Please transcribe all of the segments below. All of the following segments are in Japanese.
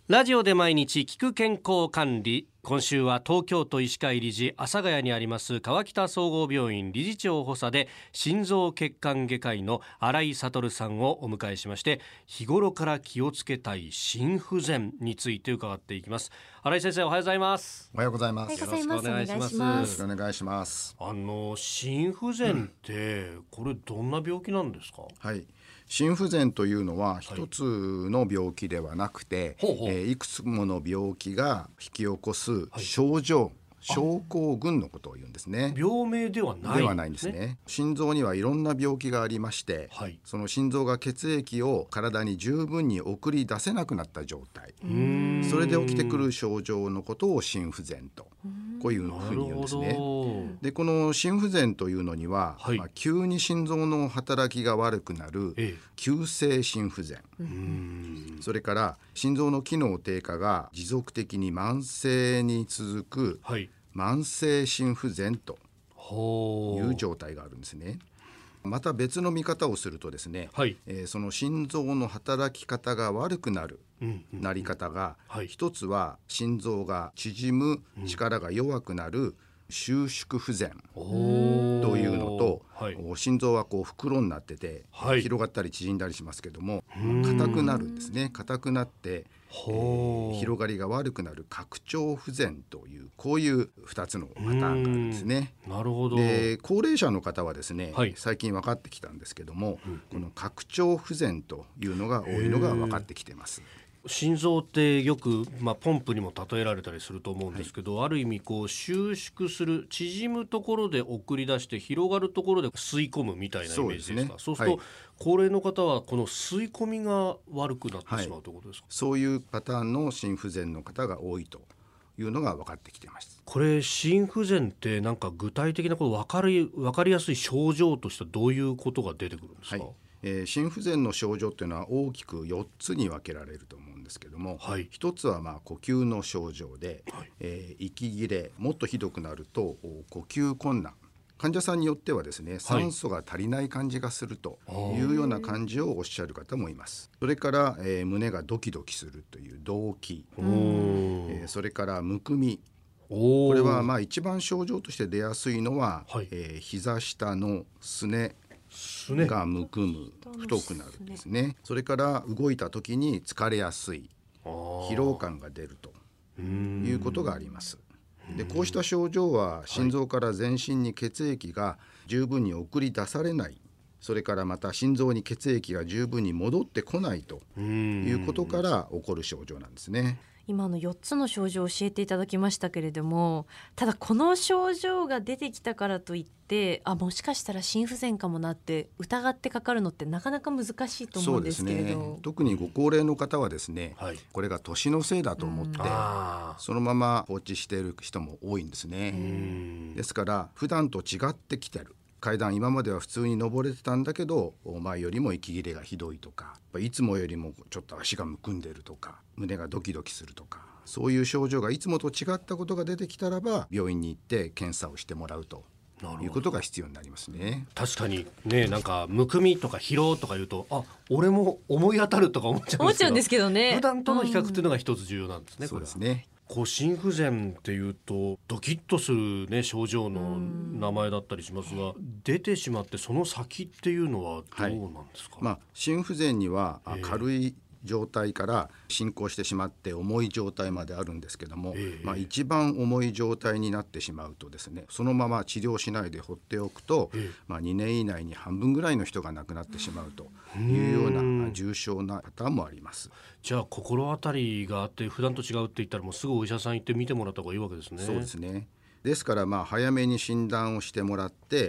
ラジオで毎日聞く健康管理。今週は東京都医師会理事、阿佐ヶ谷にあります川北総合病院理事長補佐で心臓血管外科医の新井悟さんをお迎えしまして、日頃から気をつけたい心不全について伺っていきます。新井先生、おはようございます。 おはようございます。 よろしくお願いします。 よろしくお願いします。 心不全ってこれどんな病気なんですか？ はい、心不全というのは一つの病気ではなくて、いくつもの病気が引き起こす症状、症候群のことを言うんですね。 病名ではないんですね。 心臓にはいろんな病気がありまして、その心臓が血液を体に十分に送り出せなくなった状態、それで起きてくる症状のことを心不全とこういうふうに言うんですね。でこの心不全というのには、急に心臓の働きが悪くなる急性心不全、それから心臓の機能低下が持続的に慢性に続く、慢性心不全という状態があるんですね。また別の見方をするとですね、その心臓の働き方が悪くなる、なり方が、一つは心臓が縮む力が弱くなる収縮不全というのと、心臓はこう袋になってて、広がったり縮んだりしますけども、硬くなるんですね。硬くなって、広がりが悪くなる拡張不全という、こういう2つのパターンがあるんですね。 なるほど。 で高齢者の方はですね、最近分かってきたんですけども、この拡張不全というのが多いのが分かってきています。 心臓ってよく、ポンプにも例えられたりすると思うんですけど、ある意味こう収縮する、縮むところで送り出して広がるところで吸い込むみたいなイメージですか？そうすると、高齢の方はこの吸い込みが悪くなってしまうということですか？ そういうパターンの心不全の方が多いというのが分かってきています。 これ心不全ってなんか具体的なこと分かりやすい症状としてはどういうことが出てくるんですか？ 心不全の症状というのは大きく4つに分けられると思うんですけども、1つは呼吸の症状で、息切れ、もっとひどくなると呼吸困難、患者さんによってはですね、酸素が足りない感じがするというような感じをおっしゃる方もいます。それから、胸がドキドキするという動悸、それからむくみ、これは一番症状として出やすいのは、膝下のすねがむくむ、太くなるんですね。それから動いた時に疲れやすい、疲労感が出るということがあります。でこうした症状は心臓から全身に血液が十分に送り出されない、それからまた心臓に血液が十分に戻ってこないということから起こる症状なんですね。 今の4つの症状を教えていただきましたけれども、ただこの症状が出てきたからといってもしかしたら心不全かもなって疑ってかかるのってなかなか難しいと思うんですけれど、 特にご高齢の方はですね、これが年のせいだと思ってそのまま放置している人も多いんですね。ですから普段と違ってきてる、階段今までは普通に登れてたんだけど前よりも息切れがひどいとか、いつもよりもちょっと足がむくんでるとか、胸がドキドキするとか、そういう症状がいつもと違ったことが出てきたらば病院に行って検査をしてもらうということが必要になりますね。 確かにね、なんかむくみとか疲労とか言うと俺も思い当たるとか思っちゃうんですけどね。普段との比較っていうのが一つ重要なんですね。 そうですね。 心不全っていうとドキッとする、症状の名前だったりしますが、出てしまってその先っていうのはどうなんですか？ 心不全には軽い状態から進行してしまって重い状態まであるんですけども、一番重い状態になってしまうとですね、そのまま治療しないで放っておくと、2年以内に半分ぐらいの人が亡くなってしまうというような重症なパターンもあります。 じゃあ心当たりがあって普段と違うって言ったらもうすぐお医者さん行って見てもらった方がいいわけですね。 そうですね。ですから早めに診断をしてもらって、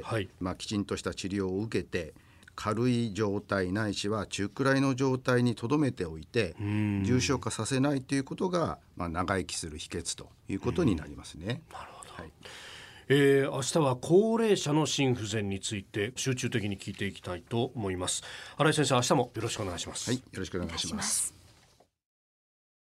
きちんとした治療を受けて、軽い状態ないしは中くらいの状態に留めておいて重症化させないということが、長生きする秘訣ということになりますね。 なるほど。明日は高齢者の心不全について集中的に聞いていきたいと思います。新井先生、明日もよろしくお願いします。 よろしくお願いします。